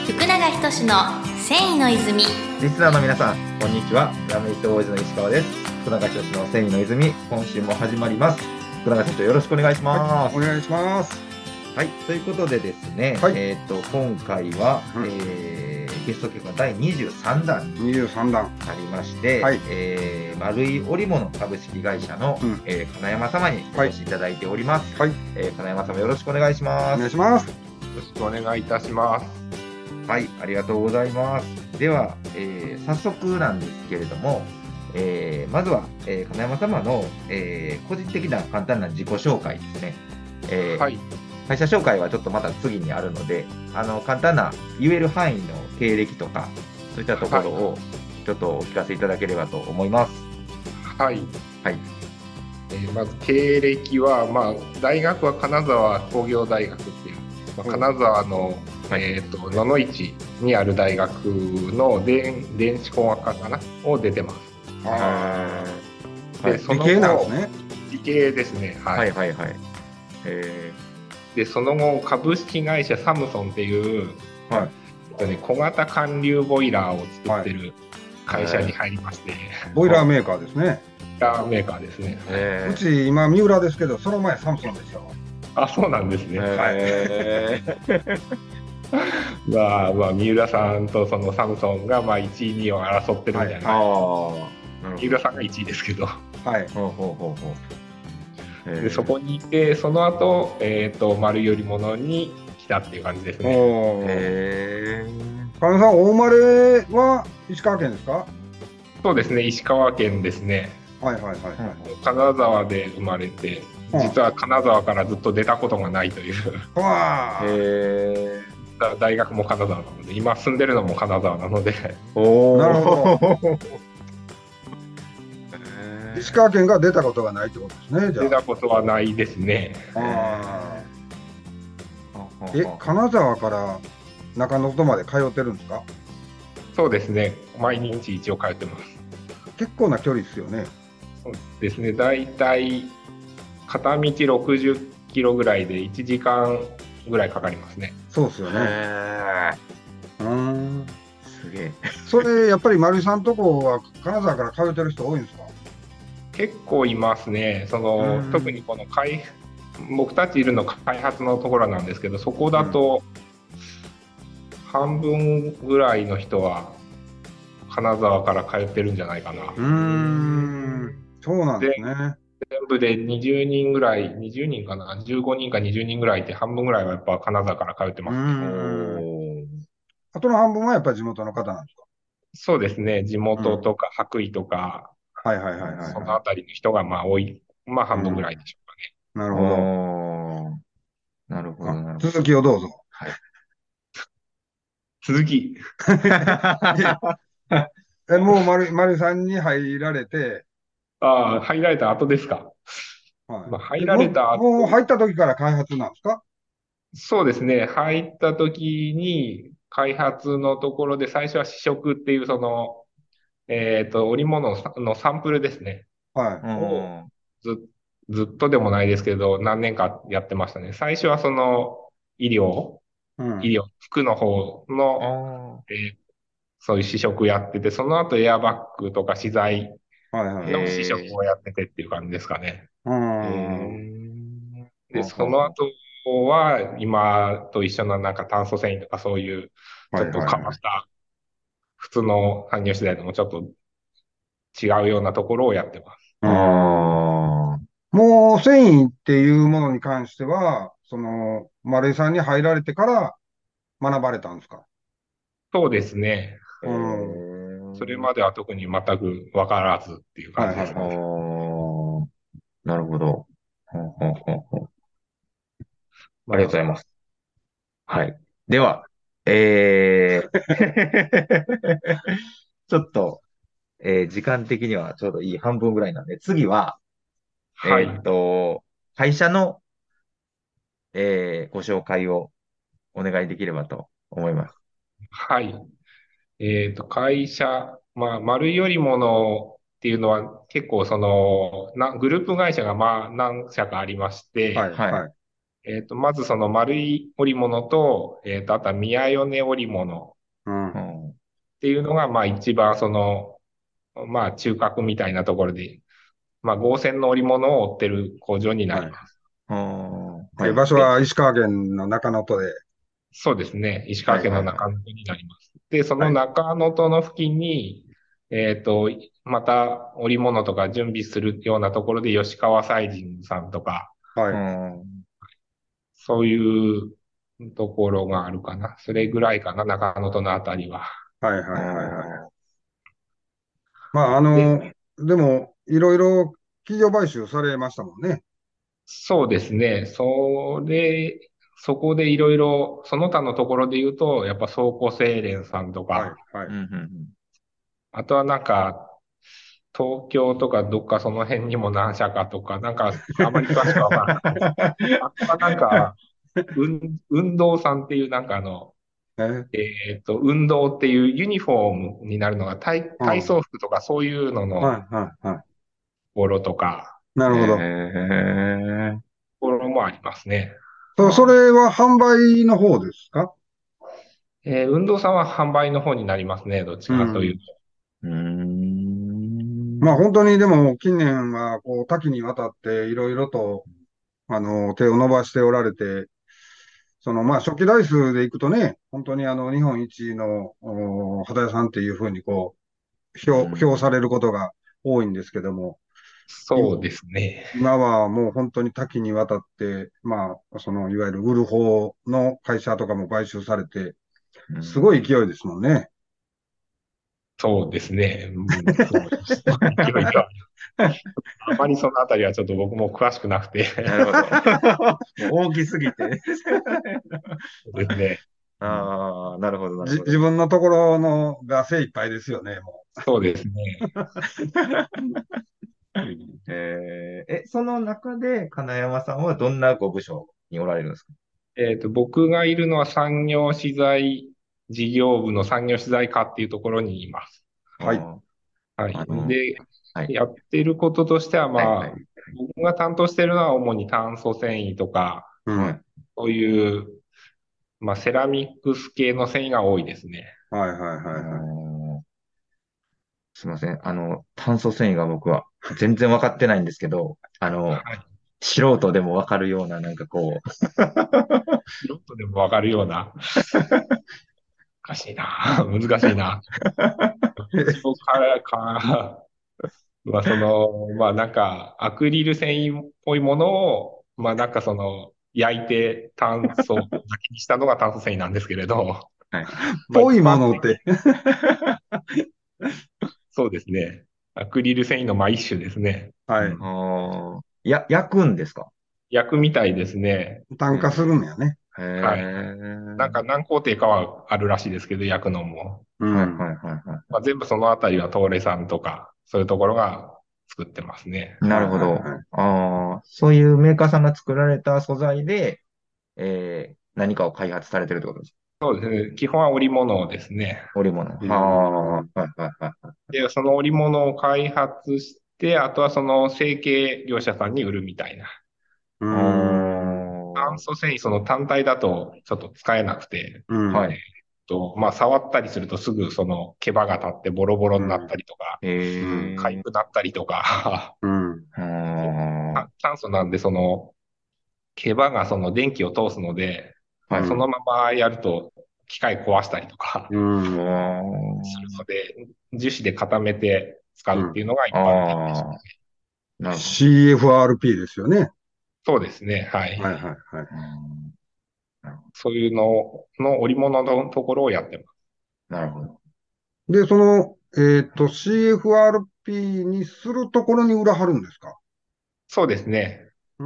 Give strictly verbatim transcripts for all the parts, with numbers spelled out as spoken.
福永仁の繊維の泉。 リスナーの皆さん、こんにちは。ラメイトボーイズの石川です。福永仁の繊維の泉、今週も始まります。福永社長、よろしくお願いします。 はい、お願いします。 はい、ということでですね、はい、えっ、ー、と今回は、うん、えー、ゲスト結果第にじゅうさんだんににじゅうさんだんありまして、はい、えー、丸い織物株式会社の、うん、えー、金山様にお越しいただいております。はい、えー、金山様、よろしくお願いします。 お願いします。よろしくお願いいたします。 はい、ありがとうございます。では、えー、早速なんですけれども、えー、まずは、えー、金山様の、えー、個人的な簡単な自己紹介ですね。えー、はい。会社紹介はちょっとまた次にあるので、あの簡単な言える範囲の経歴とか、そういったところをちょっとお聞かせいただければと思います。 はい。はい。えー、まず経歴は、まあ、大学は金沢工業大学っていう、まあ、金沢の、はい、えーと、野々市にある大学の電、電子工学科かなを出てます。 あで、 はい、その後理系なんですね。 理系ですね。 はい、はいはいはい。 えー、で、その後株式会社サムソンっていう、はいえっとね、小型寒流ボイラーを作ってる会社に入りまして、はい、 ボイラーメーカーですね。 ボイラーメーカーですね。 うち今三浦ですけど、その前サムソンでした。 あ、そうなんですね。はい。まあまあ、三浦さんとそのサムソンがまあいちい、にいを争ってるみたいな、はい、三浦さんがいちいですけど、はい、ほうほうほうほうでそこにいて、その後、えーと丸い織物に来たっていう感じですね。 へー。金さん、お生まれは石川県ですか？ そうですね、石川県ですね。 はいはいはい、はい、 金沢で生まれて、実は金沢からずっと出たことがないという。 わー。大学も金沢なので、今住んでるのも金沢なので。 おー、なるほど。石川県が出たことがないってことですね。じゃあ出たことはないですね。 あえ、金沢から中野まで通ってるんですか？ そうですね、毎日一応通ってます。 結構な距離ですよね。 そうですね、だいたい片道ろくじゅっキロぐらいでいちじかんぐらいかかりますね。 そうですよね。うん、 すげえ。 それやっぱり丸井さんとこは金沢から通ってる人多いんですか？ 結構いますね。その特にこの開僕たちいるの開発のところなんですけど、そこだと半分ぐらいの人は金沢から通ってるんじゃないかな。 うーん、そうなんですね。 全部でにじゅうにんぐらい、にじゅうにんかな、じゅうごにんかにじゅうにんぐらいって半分ぐらいはやっぱ金沢から通ってますね。 あとの半分はやっぱり地元の方なんですか？ そうですね、地元とか羽咋とか、 はいはいはいはい、 そのあたりの人がまあ多い、まあ半分ぐらいでしょうかね。 うん、なるほど。 なるほど、なるほど。続きをどうぞ。 はい。 続き。 え、もう丸、丸さんに入られて。 ああ、入られた後ですか。 はい。 まあ、入られた後。 もう入った時から開発なんですか？ そうですね。入った時に開発のところで最初は試食っていうその、えっと、織物のサンプルですね。 はい。 をず、ずっとでもないですけど、何年かやってましたね。最初はその医療、うん、医療、服の方の、えー、そういう試食やってて、その後エアバッグとか資材の試食をやっててっていう感じですかね。で、その後は今と一緒のなんか炭素繊維とかそういうちょっと変わった普通の産業資材ともちょっと違うようなところをやってます。 あもう繊維っていうものに関しては、その丸井さんに入られてから学ばれたんですか？ そうですね。うん、それまでは特に全く分からずっていう感じですね。はいはいはい、なるほど。ほうほうほうほう。ありがとうございます。はい。では、えー、ちょっと、えー、時間的にはちょうどいい半分ぐらいなんで、次は、はい、えー、っと、会社の、えー、ご紹介をお願いできればと思います。 はい。えっと、会社、まあ、丸い織物っていうのは結構その、な、グループ会社がまあ何社かありまして、はい、はい。 えっと、まずその丸い織物と、えっと、あとは宮米織物うん。 っていうのが、まあ一番その、まあ中核みたいなところで、まあ合線の織物を織ってる工場になります。 ああ、はえ、 い。 場所は石川県の中能登で。 そうですね。石川県のはいはいはい。 中能登になります。で、そのはい。 中能登の付近に、えっと、また織物とか準備するようなところで吉川祭神さんとか、 はい。 うん。 そういうところがあるかな。それぐらいかな、中野とのあたりは。 はいはいあはいはい。 あ、 まあ、あで、 の、でも、いろいろ企業買収されましたもんね。 そうですね。それ、そこでいろいろ、その他のところで言うと、やっぱ倉庫精錬さんとはいか、 はい。 うん、うん、 あとはなんか、東京とかどっかその辺にも何社かとか、なんかあまり詳しくはわからないです。あとはなんか、運、運動さんっていうなんかあの、 え、 えっと、運動っていうユニフォームになるのが体、 うん。 体操服とかそういうののはいはいはい。 ところとか、 なるへほど。 え。 ところもありますね。 そ、それは販売の方ですか？ えー運動さんは販売の方になりますね。どっちうん。 かというと。 うーん。 まあ本当にでも近年はこう多岐にわたっていろいろとあの手を伸ばしておられて、そのまあ初期台数でいくとね、本当にあの日本一のお肌屋さんっていうふうにこうう評、評さん。 れることが多いんですけども、いそうですね。 今はもう本当に多岐にわたって、まあそのいわゆる売る方の会社とかも買収されて、 うん。 すごい勢いですもんね。 そうですね。うん、すごい、すごい勢いでは。あまりそのあたりはちょっと僕も詳しくなくて。 なるほど。もう大きすぎて。 そうですね。うん、 ああ、なるほど、なるじ、 ほど。 自分のところのが精一杯ですよね、もそうですね。 えー、え、その中で金山さんはどんなご部署におられるんですか？ えっと、僕がいるのは産業資材事業部の産業資材課っていうところにいます。 う。はい。 あはい。 あ、あの、 で、 はい、 やってることとしては、 はい、はまあ、 い、 僕が担当しているのは主に炭素繊維とか、 うん。 はい。 そういう、まあ、セラミックス系の繊維が多いですね。 はいはいはいあはい。 ーすみません。あの、炭素繊維が僕は全然分かってないんですけど、あの、 はい。 素人でも分かるような、なんかこう、 素人でもわかるような、難しいな。難しいな。一応からか、まあ、その、まあ、なんか、アクリル繊維っぽいものを、まあ、なんかその、焼いて炭素だけにしたのが炭素繊維なんですけれど、 はい。 まあ、一ぽいも般的、 のって。 そうですね。アクリル繊維のまあ一種ですね。うはい。 ん。 ああ、や、焼くんですか？ 焼くみたいですね。 炭化するんやね。 へはい。なんかえ。 何工程かはあるらしいですけど、焼くのも。 はい、 うん。 はい、はい、はまあ、全部そのあたりは東レさんとか、そういうところが作ってますね。 い。なはいるほど。 はいはい。 ああ、そういうメーカーさんが作られた素材で、えー、何かを開発されてるってことですか？ そうですね。基本は織物ですね。 織物。はうあ、はん。 い、はい、はい。 で、その織物を開発して、あとはその成形業者さんに売るみたいな。 うあん。 炭素繊維、その単体だとちょっと使えなくて、 うん。 あ、はい。 と、まあ、触ったりするとすぐその毛羽が立ってボロボロになったうん。 りとか、 うん。 かゆええ。 くなったりとか、 うん。 ああ、 た炭素なんでその毛羽がその電気を通すので、 はい。 そのままやると機械壊したりとかうん。 するので、樹脂で固めて使うん。 うっていうのが一般的です。 ああ、なるほど。 シーエフアールピー ですよね。 そうですね。はい。 はいはいはい。 うん、なるほそういうのの織物のところをやってます。 ど。なるほど。 で、その、えっと、シーエフアールピー にするところに裏張るんですか？ そうですね。 うん。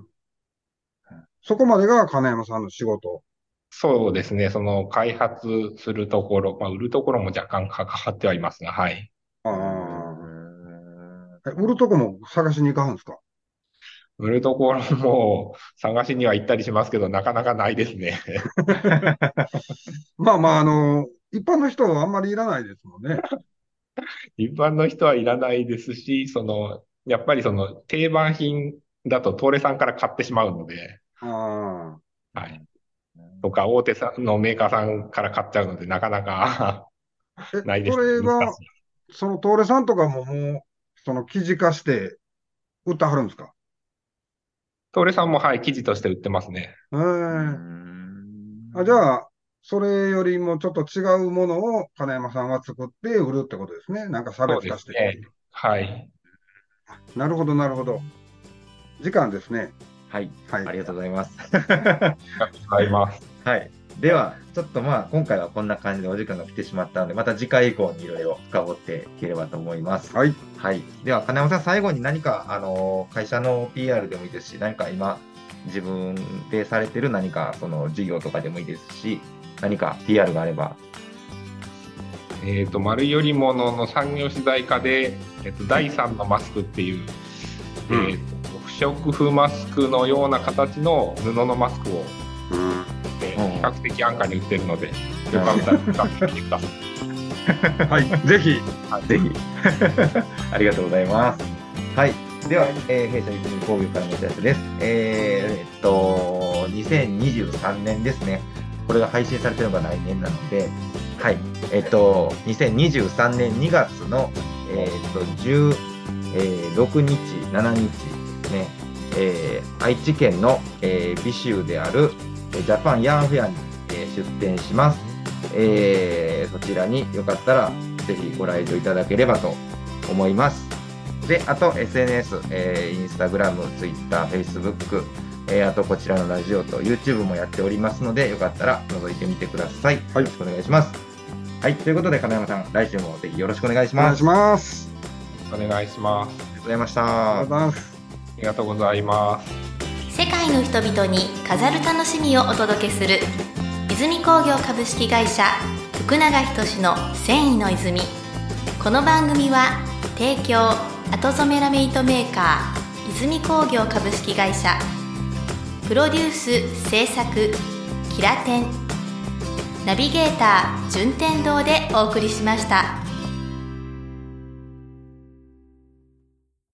そこまでが金山さんの仕事。 そうですね。その開発するところ、まあ、売るところも若干関わってはいますが、はい。 あへあ。 え。 え、売るとこも探しに行かはんですか？ 売るところも探しには行ったりしますけど、なかなかないですね。 まあまあ、あの、一般の人はあんまりいらないですもんね。 一般の人はいらないですし、その、やっぱりその定番品だと東レさんから買ってしまうので、 あはい。とか、大手さんのメーカーさんから買っちゃうので、なかなかないです。 それが難しい。 その東レさんとかももう、その記事化して売ってはるんですか？ 東レさんも、はい、記事として売ってますね。 えーあ、じゃあ、それよりもちょっと違うものを金山さんは作って売るってことですね。なんか差そうで別化して。 すね。はい。 なるほど、なるほど。時間ですね。 はい、 はいありがとうございます。 ありがとうございます。 はい。では、ちょっとまあ、今回はこんな感じでお時間が来てしまったので、また次回以降にいろいろ深掘っていければと思います。 はい。 はい。では、金山さん、最後に何か、あの、会社の ピーアール でもいいですし、何か今、自分でされてる何か、その事業とかでもいいですし、何か ピーアール があれば。 えっ、と、丸よりものの産業資材科で、えっと、だいさんのマスクっていう、うん、えっと、不織布マスクのような形の布のマスクを、うんえー、比較的安価に売ってるので、よかったら使ってみてください。 はい、ぜひ。 はい、ぜひ。ありがとうございます。はい。では、えー、弊社泉工業からのお知らせです。えー、っと、にせんにじゅうさんねんですね。これが配信されてるのが来年なので、はい。えー、っと、にせんにじゅうさんねんにがつの、えー、っと、じゅうろくにち、しちにちですね、えー、愛知県の、えー、美州であるジャパンヤーンフェアに、えー、出店します。えー、そちらによかったらぜひご来場いただければと思います。で、あと エスエヌエス、えー、インスタグラム、ツイッター、フェイスブック、えー、あとこちらのラジオと YouTube もやっておりますので、よかったら覗いてみてください。よろしくお願いします。はい、ということで金山さん、来週もぜひよろしくお願いします。 お願いします。 お願いします。 ありがとうございました。 ありがとうございます。 ありがとうございます。 世界の人々に飾る楽しみをお届けする泉工業株式会社福永仁の繊維の泉。この番組は提供後染めラメ糸メーカー泉工業株式会社、プロデュース制作キラテン、ナビゲーター順天堂でお送りしました。